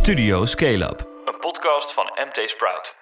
Studio Scale-up, een podcast van MT Sprout.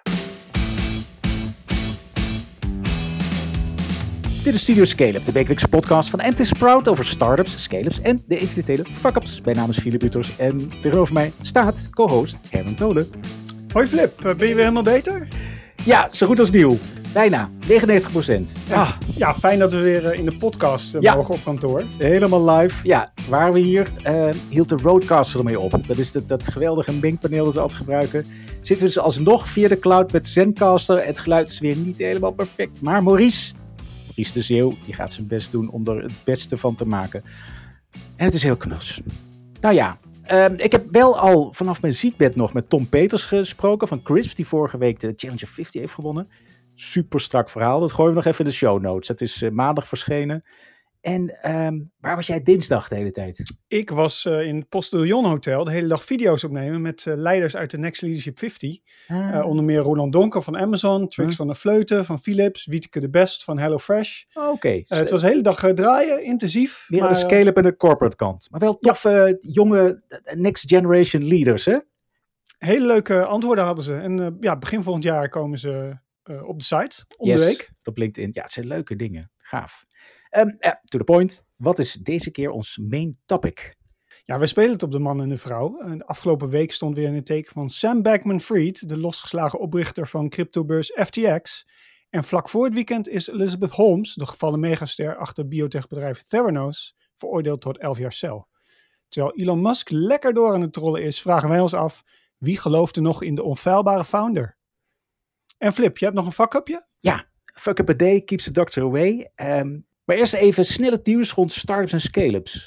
Dit is Studio Scale-up, de wekelijkse podcast van MT Sprout over startups, scale-ups en de incidentele fuck-ups. Mijn naam is Philip Butters en tegenover mij staat co-host Herman Tolen. Hoi Flip, ben je weer helemaal beter? Ja, zo goed als nieuw. Bijna, 99%. Ja, fijn dat we weer in de podcast mogen op kantoor. Helemaal live. Ja, waren we hier, hield de Rodecaster ermee op. Dat is dat geweldige mengpaneel dat we altijd gebruiken. Zitten we dus alsnog via de cloud met Zencaster. Het geluid is weer niet helemaal perfect. Maar Maurice de Zeeuw, die gaat zijn best doen om er het beste van te maken. En het is heel knus. Nou ja, ik heb wel al vanaf mijn ziekbed nog met Tom Peters gesproken van Crisp, die vorige week de Challenger 50 heeft gewonnen. Super strak verhaal, dat gooien we nog even in de show notes. Dat is maandag verschenen. En waar was jij dinsdag de hele tijd? Ik was in het Postillon Hotel de hele dag video's opnemen met leiders uit de Next Leadership 50. Onder meer Roland Donker van Amazon, Trix van der Vleuten van Philips, Wieteke de Best van HelloFresh. Oké. Het was de hele dag draaien, intensief. Weer aan de scale-up en de corporate kant. Maar wel toffe, jonge Next Generation leaders, hè? Hele leuke antwoorden hadden ze. En begin volgend jaar komen ze op de site, om de week. Op LinkedIn. Ja, het zijn leuke dingen. Gaaf. To the point. Wat is deze keer ons main topic? Ja, wij spelen het op de man en de vrouw. De afgelopen week stond weer in het teken van Sam Bankman-Fried, de losgeslagen oprichter van cryptobeurs FTX. En vlak voor het weekend is Elizabeth Holmes, de gevallen megaster achter biotechbedrijf Theranos, veroordeeld tot 11 jaar cel. Terwijl Elon Musk lekker door aan het trollen is, vragen wij ons af, wie gelooft er nog in de onfeilbare founder? En Flip, je hebt nog een fuck-upje? Ja, fuck up a day keeps the doctor away. Maar eerst even snel het nieuws rond startups en scale-ups.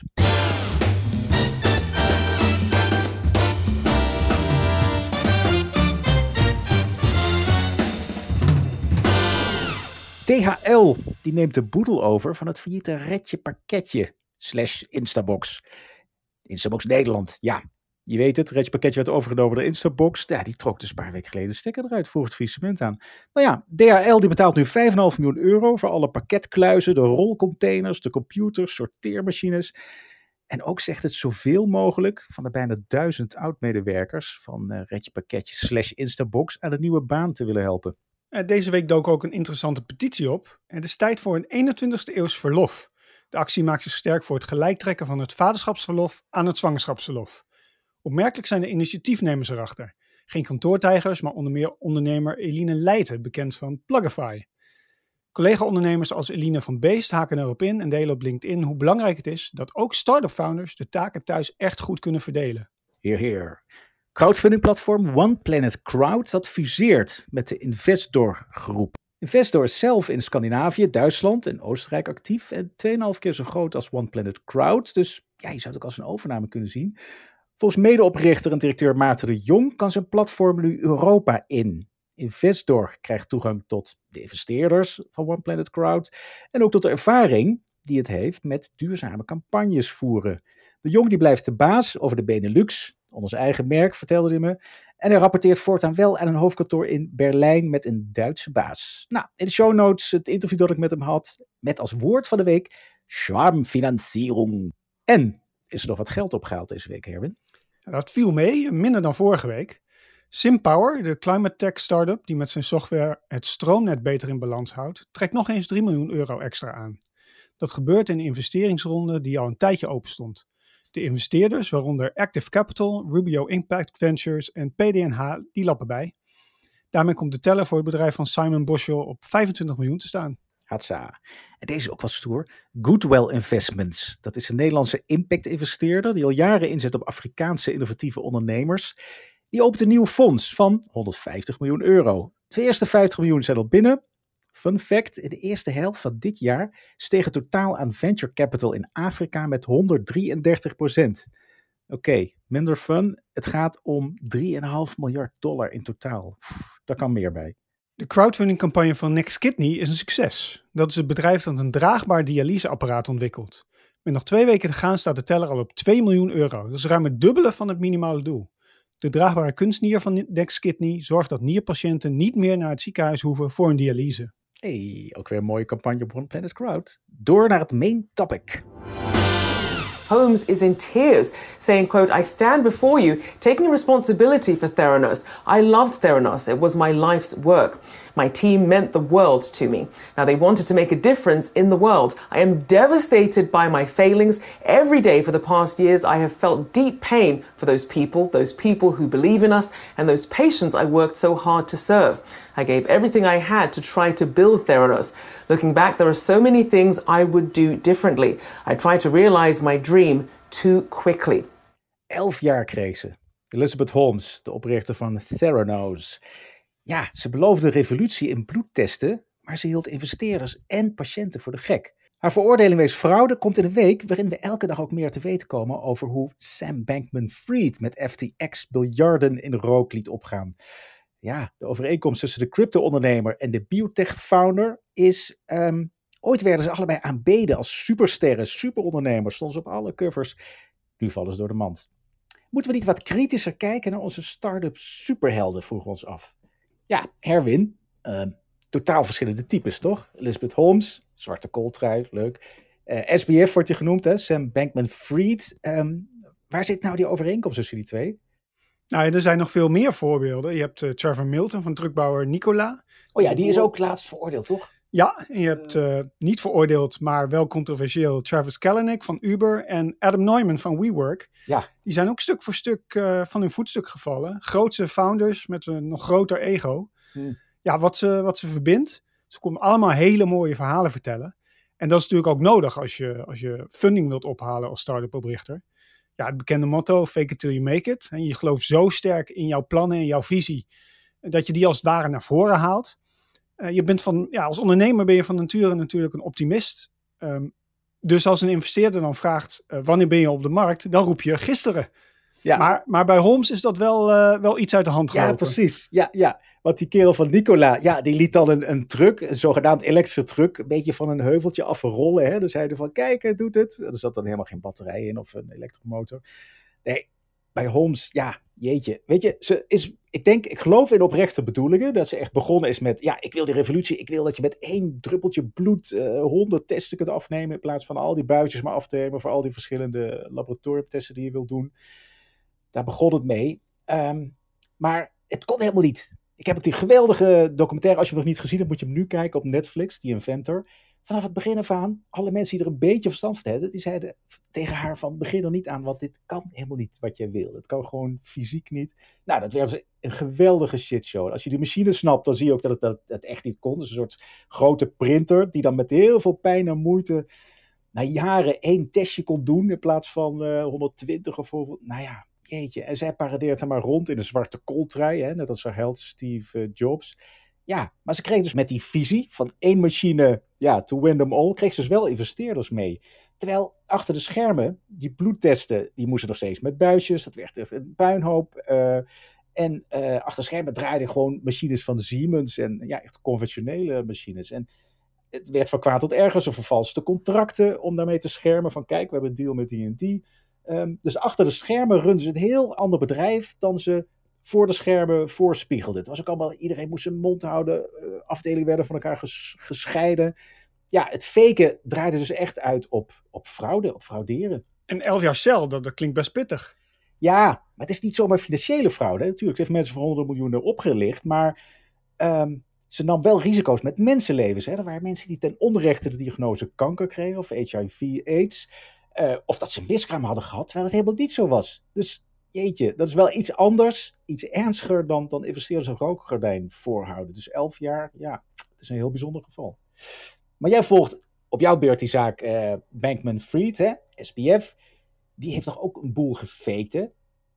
DHL die neemt de boedel over van het failliete Retje Pakketje / Instabox. Instabox Nederland, ja. Je weet het, Retje Pakketje werd overgenomen door Instabox. Ja, die trok dus een paar weken geleden de stekker eruit, voor het faillissement aan. Nou ja, DHL die betaalt nu €5,5 miljoen voor alle pakketkluizen, de rolcontainers, de computers, sorteermachines. En ook zegt het zoveel mogelijk van de bijna 1000 oud-medewerkers van Retje Pakketje / Instabox aan een nieuwe baan te willen helpen. Deze week dook ook een interessante petitie op. Het is tijd voor een 21ste eeuws verlof. De actie maakt zich sterk voor het gelijktrekken van het vaderschapsverlof aan het zwangerschapsverlof. Opmerkelijk zijn de initiatiefnemers erachter. Geen kantoortijgers, maar onder meer ondernemer Eline Leijten, bekend van Plugify. Collega-ondernemers als Eline van Beest haken erop in en delen op LinkedIn hoe belangrijk het is dat ook start-up founders de taken thuis echt goed kunnen verdelen. Heer. Crowdfunding-platform One Planet Crowd dat fuseert met de Investor groep. Investor is zelf in Scandinavië, Duitsland en Oostenrijk actief en 2,5 keer zo groot als One Planet Crowd. Dus ja, je zou het ook als een overname kunnen zien. Volgens medeoprichter en directeur Maarten de Jong kan zijn platform nu Europa in. Investor krijgt toegang tot de investeerders van One Planet Crowd en ook tot de ervaring die het heeft met duurzame campagnes voeren. De Jong die blijft de baas over de Benelux, onder zijn eigen merk, vertelde hij me. En hij rapporteert voortaan wel aan een hoofdkantoor in Berlijn met een Duitse baas. Nou, in de show notes het interview dat ik met hem had, met als woord van de week Schwarmfinanzierung. En is er nog wat geld opgehaald deze week, Herwin? Dat viel mee, minder dan vorige week. SimPower, de climate tech startup die met zijn software het stroomnet beter in balans houdt, trekt nog eens €3 miljoen extra aan. Dat gebeurt in een investeringsronde die al een tijdje open stond. De investeerders, waaronder Active Capital, Rubio Impact Ventures en PDNH, die lappen bij. Daarmee komt de teller voor het bedrijf van Simon Boschel op 25 miljoen te staan. Hatsa. En deze is ook wel stoer. Goodwell Investments. Dat is een Nederlandse impact-investeerder die al jaren inzet op Afrikaanse innovatieve ondernemers. Die opent een nieuw fonds van €150 miljoen. De eerste 50 miljoen zijn al binnen. Fun fact, in de eerste helft van dit jaar steeg het totaal aan venture capital in Afrika met 133%. Oké, minder fun. Het gaat om $3,5 miljard in totaal. Daar kan meer bij. De crowdfundingcampagne van Next Kidney is een succes. Dat is het bedrijf dat een draagbaar dialyseapparaat ontwikkelt. Met nog 2 weken te gaan staat de teller al op €2 miljoen. Dat is ruim het dubbele van het minimale doel. De draagbare kunstnier van Next Kidney zorgt dat nierpatiënten niet meer naar het ziekenhuis hoeven voor een dialyse. Hey, ook weer een mooie campagne op One Planet Crowd. Door naar het main topic. Holmes is in tears, saying, quote, "I stand before you, taking responsibility for Theranos. I loved Theranos. It was my life's work. My team meant the world to me. Now, they wanted to make a difference in the world. I am devastated by my failings. Every day for the past years, I have felt deep pain for those people who believe in us, and those patients I worked so hard to serve. I gave everything I had to try to build Theranos. Looking back, there are so many things I would do differently. I tried to realize my dream too quickly." 11 jaar kreeg ze. Elizabeth Holmes, de oprichter van Theranos. Ja, ze beloofde revolutie in bloedtesten, maar ze hield investeerders en patiënten voor de gek. Haar veroordeling wegens fraude komt in een week waarin we elke dag ook meer te weten komen over hoe Sam Bankman-Fried met FTX biljarden in rook liet opgaan. Ja, de overeenkomst tussen de crypto-ondernemer en de biotech-founder is... ooit werden ze allebei aanbeden als supersterren, superondernemers, stonden ze op alle covers. Nu vallen ze door de mand. Moeten we niet wat kritischer kijken naar onze start-up superhelden, vroegen we ons af. Ja, Herwin, totaal verschillende types, toch? Elizabeth Holmes, zwarte kooltrui, leuk. SBF wordt je genoemd, hè? Sam Bankman-Fried. Waar zit nou die overeenkomst tussen die twee? Nou, er zijn nog veel meer voorbeelden. Je hebt Trevor Milton van drukbouwer Nikola. Oh ja, die is ook laatst veroordeeld, toch? Ja, en je hebt niet veroordeeld, maar wel controversieel Travis Kalanick van Uber en Adam Neumann van WeWork. Ja. Die zijn ook stuk voor stuk van hun voetstuk gevallen. Grootse founders met een nog groter ego. Ja, wat ze verbindt. Ze konden allemaal hele mooie verhalen vertellen. En dat is natuurlijk ook nodig als je funding wilt ophalen als start-up oprichter. Ja, het bekende motto, fake it till you make it. En je gelooft zo sterk in jouw plannen en jouw visie, dat je die als het ware naar voren haalt. Als ondernemer ben je van nature natuurlijk een optimist. Dus als een investeerder dan vraagt, wanneer ben je op de markt? Dan roep je gisteren. Ja. Maar bij Holmes is dat wel iets uit de hand gelopen. Ja, precies. Ja. Want die kerel van Nikola, die liet dan een truck, een zogenaamd elektrische truck, een beetje van een heuveltje afrollen. Hè? Dan zeiden van, kijk, het doet het. Er zat dan helemaal geen batterij in of een elektromotor. Nee, bij Holmes, ja, jeetje. Weet je, ik geloof in oprechte bedoelingen. Dat ze echt begonnen is met, ja, ik wil die revolutie. Ik wil dat je met 1 druppeltje bloed 100 testen kunt afnemen. In plaats van al die buitjes maar af te nemen voor al die verschillende laboratoriumtesten die je wilt doen. Daar begon het mee. Maar het kon helemaal niet. Ik heb ook die geweldige documentaire, als je hem nog niet gezien hebt, moet je hem nu kijken op Netflix, The Inventor. Vanaf het begin af aan, alle mensen die er een beetje verstand van hadden, die zeiden tegen haar van, begin er niet aan, want dit kan helemaal niet wat je wil. Het kan gewoon fysiek niet. Nou, dat werd een geweldige shitshow. Als je die machine snapt, dan zie je ook dat het echt niet kon. Dus een soort grote printer, die dan met heel veel pijn en moeite na jaren 1 testje kon doen, in plaats van 120 of bijvoorbeeld. Nou ja, jeetje. En zij paradeert er maar rond in een zwarte kooltrui, hè, net als haar held Steve Jobs. Ja, maar ze kreeg dus met die visie van 1 machine, to win them all, kreeg ze dus wel investeerders mee. Terwijl achter de schermen, die bloedtesten, die moesten nog steeds met buisjes, dat werd echt een puinhoop. En achter de schermen draaiden gewoon machines van Siemens en echt conventionele machines. En het werd van kwaad tot erger, ze vervalste contracten om daarmee te schermen van kijk, we hebben een deal met die en die. Dus achter de schermen runden ze een heel ander bedrijf dan ze voor de schermen voorspiegelden. Het was ook allemaal, iedereen moest zijn mond houden, afdelingen werden van elkaar gescheiden. Ja, het faken draaide dus echt uit op fraude, op frauderen. En 11 jaar cel, dat klinkt best pittig. Ja, maar het is niet zomaar financiële fraude. Hè. Natuurlijk, ze heeft mensen voor 100 miljoen opgelicht, maar ze nam wel risico's met mensenlevens. Hè. Er waren mensen die ten onrechte de diagnose kanker kregen of HIV/AIDS. Of dat ze miskraam hadden gehad, terwijl het helemaal niet zo was. Dus jeetje, dat is wel iets anders, iets ernstiger dan investeerders een rookgordijn voorhouden. Dus 11 jaar, het is een heel bijzonder geval. Maar jij volgt op jouw beurt die zaak Bankman-Fried, hè, SBF. Die heeft toch ook een boel gefaked, hè?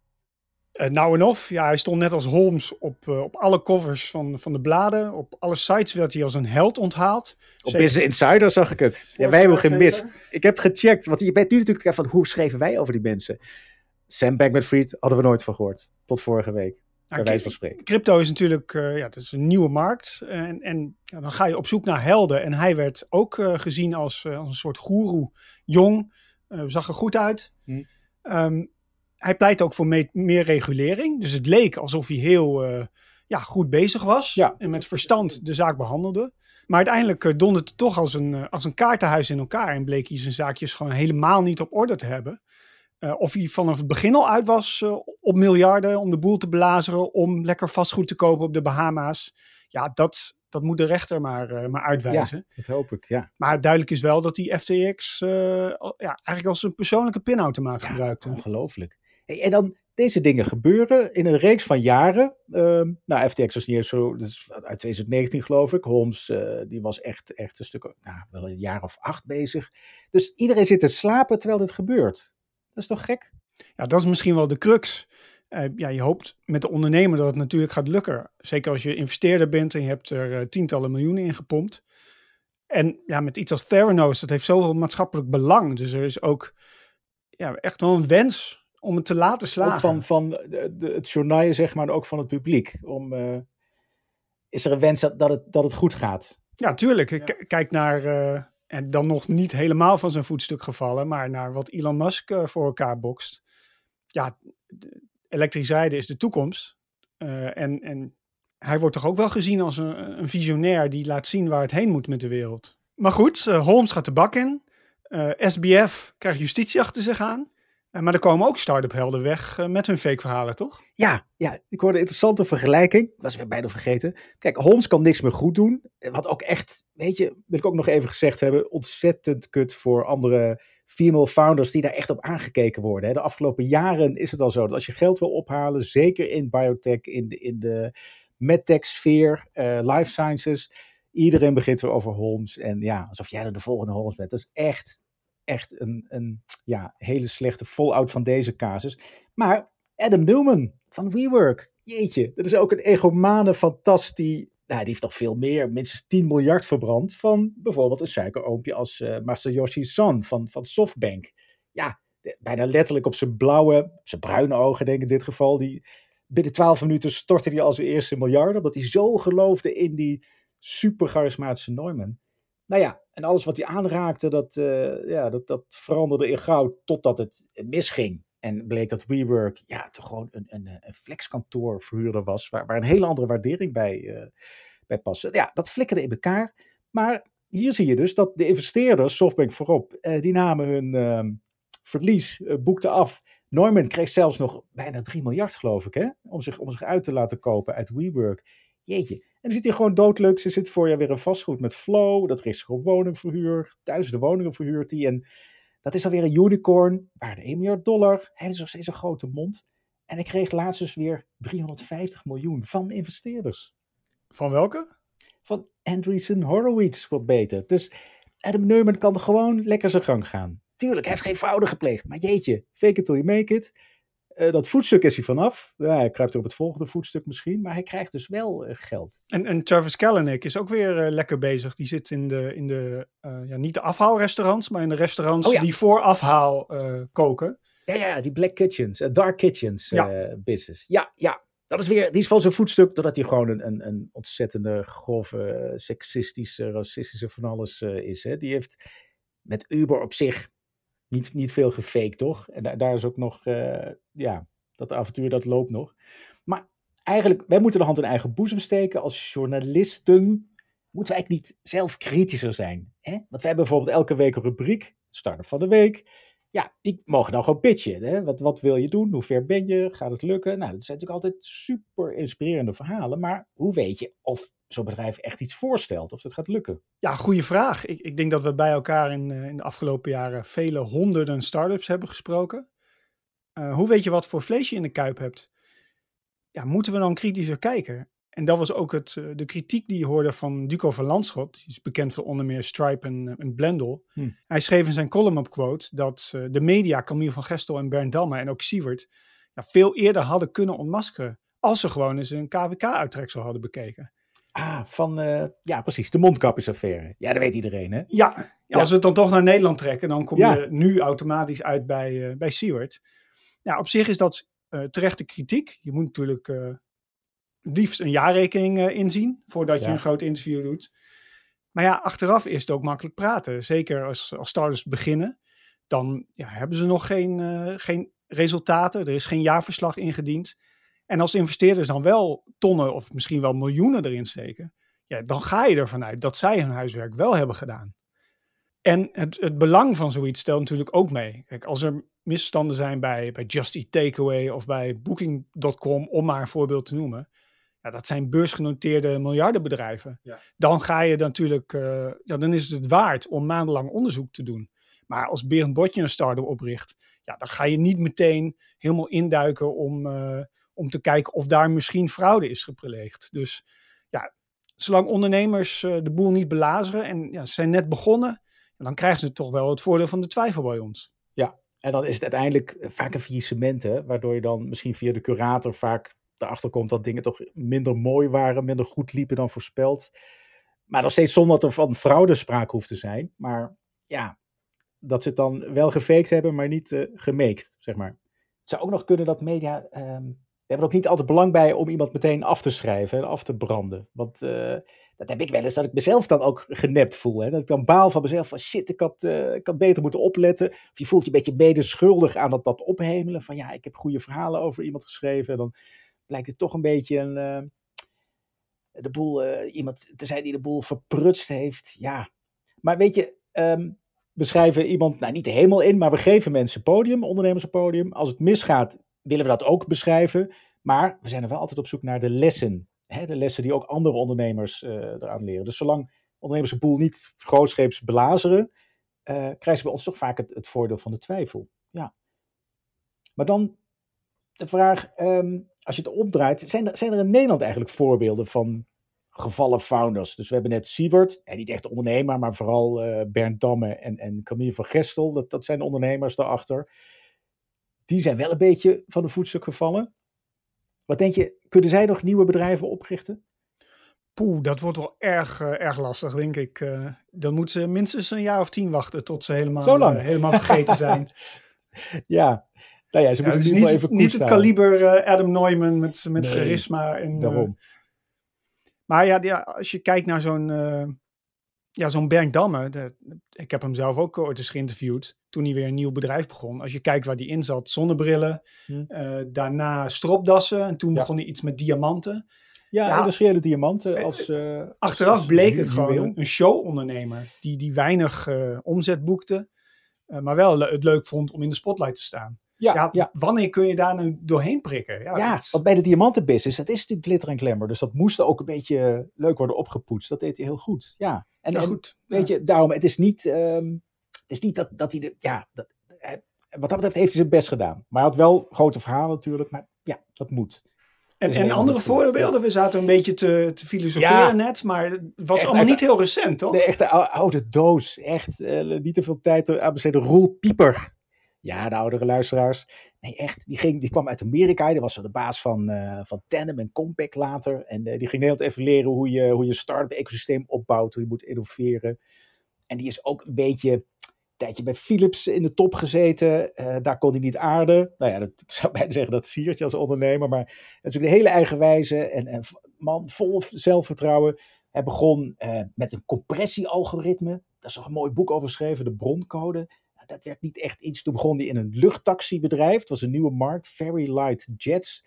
Nou en of. Ja, hij stond net als Holmes op alle covers van de bladen. Op alle sites werd hij als een held onthaald. Op Business Insider zag ik het. Ja, wij hebben gemist. Ik heb gecheckt, want je bent nu natuurlijk van hoe schreven wij over die mensen. Sam Bankman-Fried hadden we nooit van gehoord. Tot vorige week, bij wijze van spreken. Crypto is natuurlijk dat is een nieuwe markt. En dan ga je op zoek naar helden. En hij werd ook gezien als een soort goeroe. Jong, zag er goed uit. Hij pleit ook voor meer regulering. Dus het leek alsof hij heel goed bezig was. Ja. En met verstand de zaak behandelde. Maar uiteindelijk donderde het toch als een kaartenhuis in elkaar en bleek hij zijn zaakjes gewoon helemaal niet op orde te hebben. Of hij vanaf het begin al uit was op miljarden om de boel te belazeren, om lekker vastgoed te kopen op de Bahama's. Ja, dat moet de rechter maar uitwijzen. Ja, dat hoop ik, ja. Maar duidelijk is wel dat die FTX eigenlijk als een persoonlijke pinautomaat gebruikte. Ongelooflijk. Hey, en dan deze dingen gebeuren in een reeks van jaren. FTX was niet eens zo, dat is uit 2019 geloof ik. Holmes die was echt een stuk, wel een jaar of 8 bezig. Dus iedereen zit te slapen terwijl dit gebeurt. Dat is toch gek? Ja, dat is misschien wel de crux. Je hoopt met de ondernemer dat het natuurlijk gaat lukken. Zeker als je investeerder bent en je hebt er tientallen miljoenen in gepompt. En ja, met iets als Theranos, dat heeft zoveel maatschappelijk belang. Dus er is ook echt wel een wens om het te laten slagen. Ook van het journaal, zeg maar, en ook van het publiek. Is er een wens dat het goed gaat? Ja, tuurlijk. Ja. Kijk naar, en dan nog niet helemaal van zijn voetstuk gevallen, maar naar wat Elon Musk voor elkaar bokst. Ja, elektrisch rijden is de toekomst. En hij wordt toch ook wel gezien als een visionair die laat zien waar het heen moet met de wereld. Maar goed, Holmes gaat de bak in. SBF krijgt justitie achter zich aan. Maar er komen ook start-up helden weg met hun fake verhalen, toch? Ja, ik hoorde een interessante vergelijking. Dat is weer bijna vergeten. Kijk, Holmes kan niks meer goed doen. Wat ook echt, weet je, wil ik ook nog even gezegd hebben, ontzettend kut voor andere female founders die daar echt op aangekeken worden. De afgelopen jaren is het al zo dat als je geld wil ophalen, zeker in biotech, in de medtech-sfeer, life sciences, iedereen begint weer over Holmes. En ja, alsof jij de volgende Holmes bent. Dat is echt een hele slechte fallout van deze casus. Maar Adam Neumann van WeWork, jeetje, dat is ook een egomane fantast die heeft nog veel meer, minstens 10 miljard verbrand van bijvoorbeeld een suikeroompje als Masayoshi Son van SoftBank. Ja, bijna letterlijk op zijn bruine ogen denk ik in dit geval, binnen 12 minuten stortte hij al zijn eerste miljarden, omdat hij zo geloofde in die super charismatische Neumann. Nou ja, en alles wat hij aanraakte, dat veranderde in goud totdat het misging. En bleek dat WeWork toch gewoon een flexkantoorverhuurder was, waar een hele andere waardering bij paste. Ja, dat flikkerde in elkaar. Maar hier zie je dus dat de investeerders, SoftBank voorop, die namen hun verlies, boekten af. Neumann kreeg zelfs nog bijna 3 miljard, geloof ik, hè, om zich uit te laten kopen uit WeWork. Jeetje. En dan zit hij gewoon doodleuk. Ze zit voor weer een vastgoed met Flow. Dat richt zich op woningverhuur. Duizenden woningen verhuurt hij. En dat is alweer een unicorn. Waarde $1 miljard. Hij is nog steeds een grote mond. En hij kreeg laatst dus weer 350 miljoen van investeerders. Van welke? Van Andreessen Horowitz, wat beter. Dus Adam Neumann kan gewoon lekker zijn gang gaan. Tuurlijk, hij heeft geen fraude gepleegd. Maar jeetje, fake it till you make it. Dat voetstuk is hij vanaf. Ja, hij kruipt er op het volgende voetstuk misschien. Maar hij krijgt dus wel geld. En Travis Kalanick is ook weer lekker bezig. Die zit in de niet de afhaalrestaurants, maar in de restaurants die voor afhaal koken. Ja, die black kitchens, dark kitchens business. Ja, dat is weer, die is van zijn voetstuk, doordat hij gewoon een ontzettende grove, seksistische, racistische van alles is. Hè. Die heeft met Uber op zich niet veel gefaked, toch? En daar is ook nog, dat avontuur, dat loopt nog. Maar eigenlijk, wij moeten de hand in eigen boezem steken. Als journalisten moeten we eigenlijk niet zelf kritischer zijn. Hè? Want wij hebben bijvoorbeeld elke week een rubriek, Startup van de Week. Ja, die mogen dan gewoon pitchen. Hè? Wat wil je doen? Hoe ver ben je? Gaat het lukken? Nou, dat zijn natuurlijk altijd super inspirerende verhalen. Maar hoe weet je of zo'n bedrijf echt iets voorstelt, of dat gaat lukken? Ja, goede vraag. Ik denk dat we bij elkaar in de afgelopen jaren vele honderden start-ups hebben gesproken. Hoe weet je wat voor vlees je in de kuip hebt? Ja, moeten we dan kritischer kijken? En dat was ook de kritiek die je hoorde van Duco van Landschot. Die is bekend voor onder meer Stripe en Blendel. Hij schreef in zijn column op Quote dat de media, Camille van Gestel en Bernd Damme en ook Siewert, veel eerder hadden kunnen ontmaskeren als ze gewoon eens een KVK-uittreksel hadden bekeken. Precies, de mondkapjesaffaire. Ja, dat weet iedereen, hè? Ja, als we het dan toch naar Nederland trekken, dan kom je nu automatisch uit bij Siewert. Ja, op zich is dat terechte kritiek. Je moet natuurlijk liefst een jaarrekening inzien voordat je een groot interview doet. Maar ja, achteraf is het ook makkelijk praten. Zeker als starters beginnen. Dan hebben ze nog geen resultaten. Er is geen jaarverslag ingediend. En als investeerders dan wel tonnen of misschien wel miljoenen erin steken. ja, dan ga je ervan uit dat zij hun huiswerk wel hebben gedaan. En het belang van zoiets stelt natuurlijk ook mee. Kijk, als er misstanden zijn bij Just Eat Takeaway of bij Booking.com, om maar een voorbeeld te noemen. Ja, dat zijn beursgenoteerde miljardenbedrijven. Ja. Dan ga je natuurlijk, dan is het waard om maandenlang onderzoek te doen. Maar als Berend Botje een start-up opricht, ja, dan ga je niet meteen helemaal induiken om te kijken of daar misschien fraude is gepleegd. Dus ja, zolang ondernemers de boel niet belazeren en ja, ze zijn net begonnen, dan krijgen ze toch wel het voordeel van de twijfel bij ons. Ja, en dan is het uiteindelijk vaak een faillissement, hè, waardoor je dan misschien via de curator vaak erachter komt dat dingen toch minder mooi waren, minder goed liepen dan voorspeld. Maar nog steeds zonder dat er van fraude sprake hoeft te zijn. Maar ja, dat ze het dan wel gefaked hebben, maar niet gemaked, zeg maar. Het zou ook nog kunnen dat media... we hebben er ook niet altijd belang bij om iemand meteen af te schrijven en af te branden. Want dat heb ik wel eens, dat ik mezelf dan ook genept voel. Hè? Dat ik dan baal van mezelf van shit, ik had beter moeten opletten. Of je voelt je een beetje medeschuldig aan dat ophemelen. Van ja, ik heb goede verhalen over iemand geschreven. En dan blijkt het toch een beetje de boel, iemand te zijn die de boel verprutst heeft. Ja, maar weet je... we schrijven iemand, niet de hemel in, maar we geven mensen podium, ondernemers een podium. Als het misgaat, willen we dat ook beschrijven. Maar we zijn er wel altijd op zoek naar de lessen. Hè? De lessen die ook andere ondernemers eraan leren. Dus zolang ondernemers een boel niet grootscheeps belazeren, krijgen ze bij ons toch vaak het voordeel van de twijfel. Ja. Maar dan de vraag, als je het opdraait, zijn er in Nederland eigenlijk voorbeelden van gevallen founders? Dus we hebben net Siewert, niet echt ondernemer, maar vooral Bernd Damme en Camille van Gestel. Dat zijn de ondernemers daarachter. Die zijn wel een beetje van de voetstuk gevallen. Wat denk je, kunnen zij nog nieuwe bedrijven oprichten? Dat wordt wel erg lastig, denk ik. Dan moeten ze minstens een jaar of 10 wachten tot ze helemaal vergeten zijn. Ja, nou ja, ze moeten het is niet het kaliber Adam Neumann met charisma. Daarom. Maar ja, als je kijkt naar zo'n Bernd Damme, ik heb hem zelf ook ooit eens geïnterviewd toen hij weer een nieuw bedrijf begon. Als je kijkt waar die in zat, zonnebrillen, daarna stropdassen en toen begon hij iets met diamanten. Ja, industriële diamanten. Achteraf bleek het gewoon een showondernemer die weinig omzet boekte, maar wel het leuk vond om in de spotlight te staan. Ja. Wanneer kun je daar nu doorheen prikken? Want bij de diamantenbusiness, dat is natuurlijk glitter en glamour. Dus dat moest ook een beetje leuk worden opgepoetst. Dat deed hij heel goed. Ja. Goed. Weet je, daarom, het is niet dat hij wat dat betreft heeft hij zijn best gedaan. Maar hij had wel grote verhalen natuurlijk. Maar ja, dat moet. En andere voorbeelden? We zaten een beetje te filosoferen net, maar het was allemaal niet heel recent, toch? De echte oude doos. Echt niet te veel tijd aan besteden. Roel Pieper. Ja, de oudere luisteraars. Nee, echt. Die kwam uit Amerika. Die was de baas van Tandem en Compaq later. En die ging Nederland even leren hoe je start-up ecosysteem opbouwt. Hoe je moet innoveren. En die is ook een tijdje bij Philips in de top gezeten. Daar kon hij niet aarden. Nou ja, ik zou bijna zeggen dat siert je als ondernemer. Maar natuurlijk een hele eigenwijze en man vol zelfvertrouwen. Hij begon met een compressiealgoritme. Daar is nog een mooi boek over geschreven, de broncode. Dat werd niet echt iets. Toen begon hij in een luchttaxibedrijf. Het was een nieuwe markt, Very Light Jets.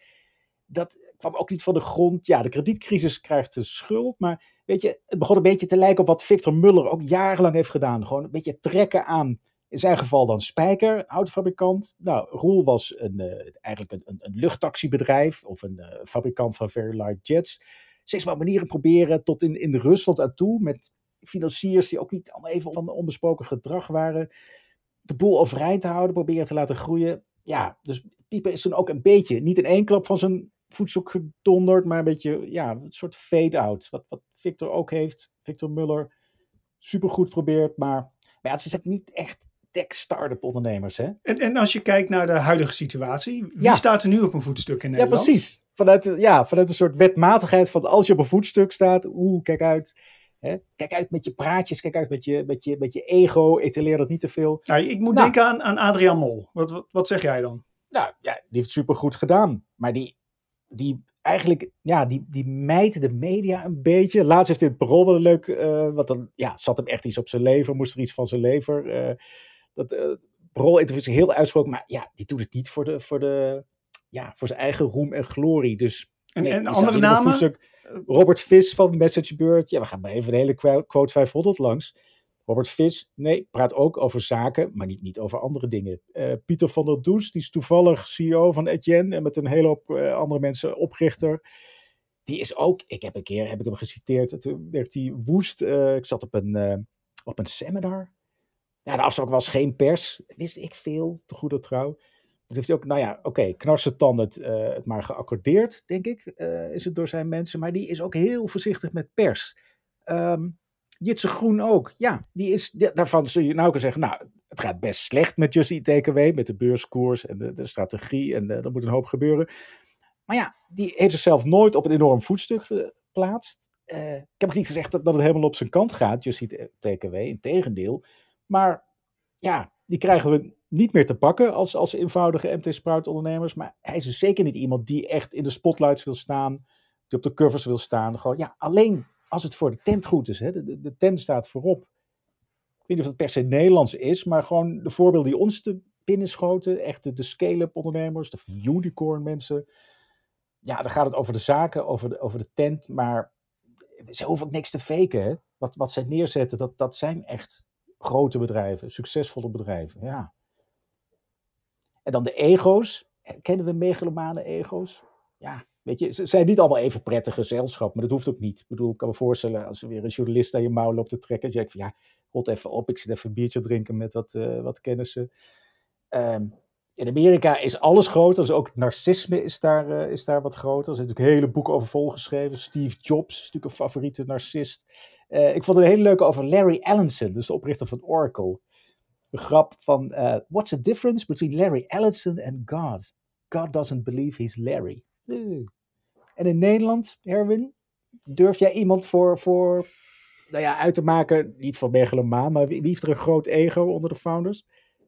Dat kwam ook niet van de grond. Ja, de kredietcrisis krijgt de schuld. Maar weet je, het begon een beetje te lijken op wat Victor Muller ook jarenlang heeft gedaan. Gewoon een beetje trekken aan, in zijn geval dan Spijker, autofabrikant. Nou, Roel was eigenlijk een luchttaxibedrijf of een fabrikant van Very Light Jets. Steeds maar manieren proberen tot in Rusland aan toe. Met financiers die ook niet allemaal even van onbesproken gedrag waren. De boel overeind te houden, proberen te laten groeien. Ja, dus Pieper is toen ook een beetje, niet in één klap van zijn voetstuk gedonderd, maar een beetje, een soort fade-out. Wat Victor ook heeft. Victor Muller, supergoed probeert, maar het is niet echt tech-startup ondernemers, hè? En als je kijkt naar de huidige situatie, wie staat er nu op een voetstuk in Nederland? Ja, precies. Vanuit een soort wetmatigheid van als je op een voetstuk staat, kijk uit. Hè? Kijk uit met je praatjes, kijk uit met je ego, etaleer dat niet te veel. Nou, ik moet denken aan Adriaan Mol. Wat zeg jij dan? Nou, ja, die heeft het supergoed gedaan. Maar die eigenlijk, die mijt de media een beetje. Laatst heeft hij het Parool wel een leuk, want dan zat hem echt iets op zijn lever, moest er iets van zijn lever. Parool interview zich heel uitgesproken, maar die doet het niet voor zijn eigen roem en glorie. Dus en andere namen? Robert Vis van MessageBird. Ja, we gaan maar even de hele quote 500 langs. Robert Vis, nee, praat ook over zaken, maar niet over andere dingen. Pieter van der Does, die is toevallig CEO van Etienne en met een hele hoop andere mensen oprichter. Die is ook, heb ik hem geciteerd, toen werd hij woest. Ik zat op een seminar. Ja, de afspraak was geen pers. Wist ik veel, te goede trouw. Dat heeft hij ook, Knarsetand het maar geaccordeerd, denk ik, is het door zijn mensen. Maar die is ook heel voorzichtig met pers. Jitse Groen ook. Ja, daarvan zul je nou kunnen zeggen, het gaat best slecht met Just Eat Takeaway, met de beurskoers en de strategie en er moet een hoop gebeuren. Maar ja, die heeft zichzelf nooit op een enorm voetstuk geplaatst. Ik heb ook niet gezegd dat het helemaal op zijn kant gaat, Just Eat Takeaway, integendeel. Maar ja, die krijgen we niet meer te pakken als eenvoudige MT Sprout ondernemers. Maar hij is dus zeker niet iemand die echt in de spotlights wil staan, die op de covers wil staan. Gewoon, ja, alleen als het voor de tent goed is. Hè? De tent staat voorop. Ik weet niet of het per se Nederlands is, maar gewoon de voorbeelden die ons te binnen schoten. Echt de scale-up ondernemers, de unicorn mensen. Ja, dan gaat het over de zaken, over de tent. Maar ze hoeven ook niks te faken. Hè? Wat zij neerzetten, dat zijn echt grote bedrijven, succesvolle bedrijven. Ja. En dan de ego's. Kennen we megalomane ego's? Ja, weet je, ze zijn niet allemaal even prettig gezelschap, maar dat hoeft ook niet. Ik bedoel, ik kan me voorstellen, als er weer een journalist aan je mouw loopt te trekken, dat je denkt van, ja, rot even op, ik zit even een biertje drinken met wat kennissen. In Amerika is alles groter, dus ook narcisme is daar wat groter. Er zijn natuurlijk hele boeken over volgeschreven. Steve Jobs is natuurlijk een favoriete narcist. Ik vond een hele leuke over Larry Ellison, dus de oprichter van Oracle. Een grap van, what's the difference between Larry Ellison and God? God doesn't believe he's Larry. En in Nederland, Erwin, durf jij iemand voor uit te maken, niet van megalomaan, maar wie heeft er een groot ego onder de founders?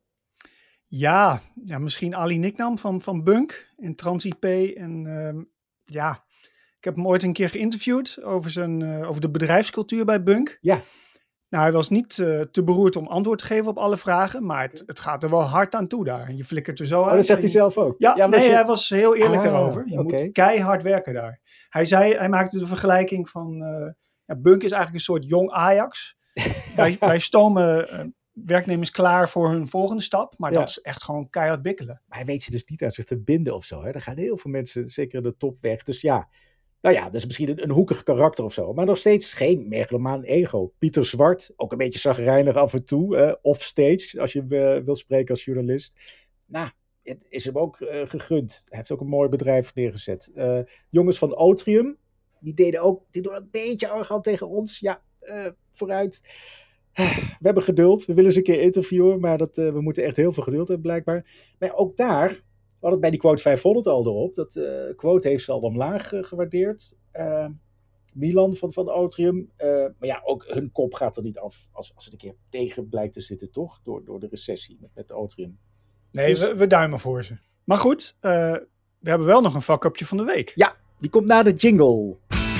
Ja, misschien Ali Nicknam van Bunk en TransIP. En ik heb hem ooit een keer geïnterviewd over de bedrijfscultuur bij Bunk. Ja. Nou, hij was niet te beroerd om antwoord te geven op alle vragen, maar het gaat er wel hard aan toe daar. Je flikkert er zo uit. Dat zegt hij zelf ook? Hij was heel eerlijk daarover. Je moet keihard werken daar. Hij maakte de vergelijking van, Bunk is eigenlijk een soort jong Ajax. wij stomen werknemers klaar voor hun volgende stap, maar dat is echt gewoon keihard bikkelen. Maar hij weet ze dus niet aan zich te binden of zo. Hè? Er gaan heel veel mensen, zeker in de top, weg. Dus ja, dat is misschien een hoekig karakter of zo. Maar nog steeds geen megalomaan ego. Pieter Zwart, ook een beetje chagrijnig af en toe. Offstage, als je wil spreken als journalist. Het is hem ook gegund. Hij heeft ook een mooi bedrijf neergezet. Jongens van Otrium, die deden een beetje arrogant tegen ons. Ja, vooruit. We hebben geduld. We willen ze een keer interviewen. Maar we moeten echt heel veel geduld hebben blijkbaar. Maar ook daar, we hadden het bij die quote 500 al erop. Dat quote heeft ze al omlaag gewaardeerd. Milan van Otrium. Maar ja, ook hun kop gaat er niet af als het een keer tegen blijkt te zitten, toch? Door de recessie met Otrium. Nee, dus we duimen voor ze. Maar goed, we hebben wel nog een fuck-upje van de week. Ja, die komt na de jingle.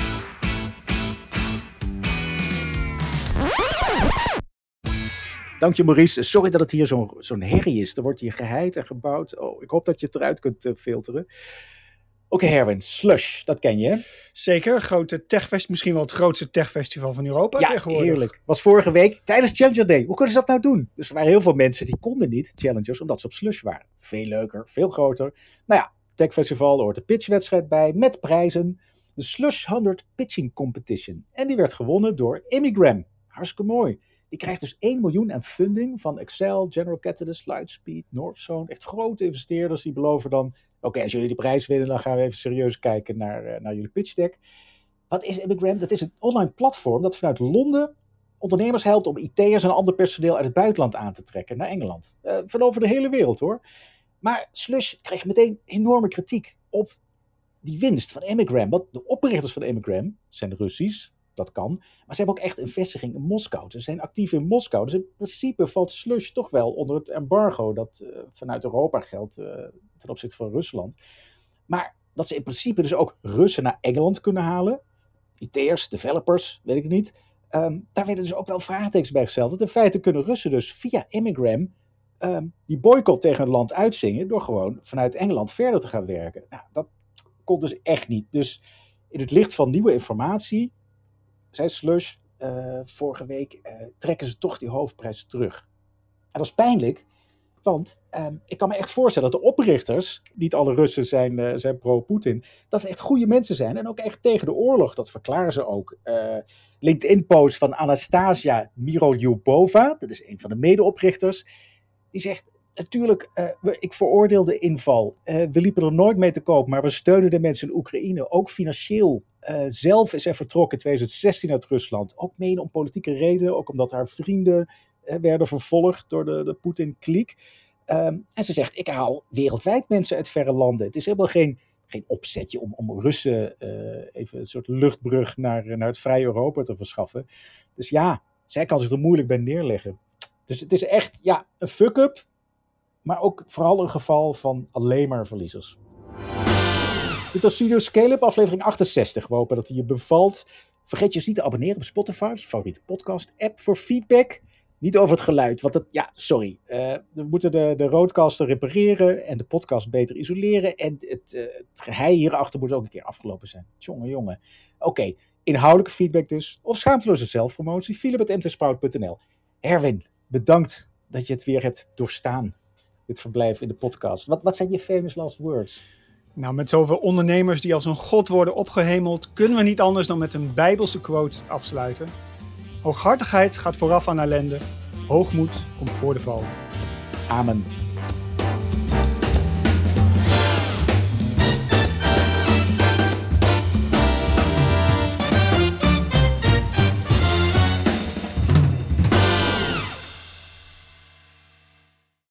Dank je, Maurice. Sorry dat het hier zo'n herrie is. Er wordt hier geheid en gebouwd. Oh, ik hoop dat je het eruit kunt filteren. Oké, Herwin, Slush, dat ken je, hè? Zeker, grote techfest, misschien wel het grootste techfestival van Europa tegenwoordig. Ja, heerlijk. Was vorige week tijdens Challenger Day. Hoe kunnen ze dat nou doen? Dus er waren heel veel mensen die konden niet, Challengers, omdat ze op Slush waren. Veel leuker, veel groter. Techfestival, er hoort een pitchwedstrijd bij, met prijzen. De Slush 100 Pitching Competition. En die werd gewonnen door Immigram. Hartstikke mooi. Die krijgt dus 1 miljoen aan funding van Excel, General Catalyst, Lightspeed, Northzone. Echt grote investeerders die beloven dan, oké, als jullie die prijs winnen, dan gaan we even serieus kijken naar jullie pitch deck. Wat is Immigram? Dat is een online platform dat vanuit Londen ondernemers helpt om IT'ers en ander personeel uit het buitenland aan te trekken naar Engeland. Van over de hele wereld, hoor. Maar Slush kreeg meteen enorme kritiek op die winst van Immigram. Want de oprichters van Immigram zijn Russisch. Dat kan. Maar ze hebben ook echt een vestiging in Moskou. Ze zijn actief in Moskou. Dus in principe valt Slush toch wel onder het embargo dat vanuit Europa geldt ten opzichte van Rusland. Maar dat ze in principe dus ook Russen naar Engeland kunnen halen. IT'ers, developers, weet ik niet. Daar werden dus ook wel vraagtekens bij gesteld. Want in feite kunnen Russen dus via Immigram die boycott tegen een land uitzingen door gewoon vanuit Engeland verder te gaan werken. Nou, dat kon dus echt niet. Dus In het licht van nieuwe informatie, zei Slush vorige week, trekken ze toch die hoofdprijs terug. En dat is pijnlijk, want ik kan me echt voorstellen dat de oprichters, niet alle Russen zijn pro-Poetin, dat ze echt goede mensen zijn en ook echt tegen de oorlog. Dat verklaren ze ook. LinkedIn-post van Anastasia Miroljubova, dat is een van de medeoprichters, die zegt, natuurlijk, ik veroordeel de inval. We liepen er nooit mee te koop, maar we steunen de mensen in Oekraïne, ook financieel. Zelf is er vertrokken in 2016 uit Rusland, ook mede om politieke redenen, ook omdat haar vrienden werden vervolgd door de Poetin-kliek. En ze zegt, ik haal wereldwijd mensen uit verre landen. Het is helemaal geen opzetje om Russen even een soort luchtbrug naar het vrije Europa te verschaffen. Dus ja, zij kan zich er moeilijk bij neerleggen. Dus het is echt een fuck-up, maar ook vooral een geval van alleen maar verliezers. Dit was Studio Scale-Up, aflevering 68. We hopen dat die je bevalt. Vergeet je dus niet te abonneren op Spotify, je favoriete podcast-app, voor feedback. Niet over het geluid, want we moeten de roadcaster repareren en de podcast beter isoleren. En het geheim hierachter moet ook een keer afgelopen zijn. Jongen. Oké, inhoudelijke feedback dus. Of schaamteloze zelfpromotie. Philip@mtsprout.nl. Erwin, bedankt dat je het weer hebt doorstaan. Dit verblijf in de podcast. Wat zijn je famous last words? Nou, met zoveel ondernemers die als een god worden opgehemeld, kunnen we niet anders dan met een Bijbelse quote afsluiten. Hooghartigheid gaat vooraf aan ellende. Hoogmoed komt voor de val. Amen.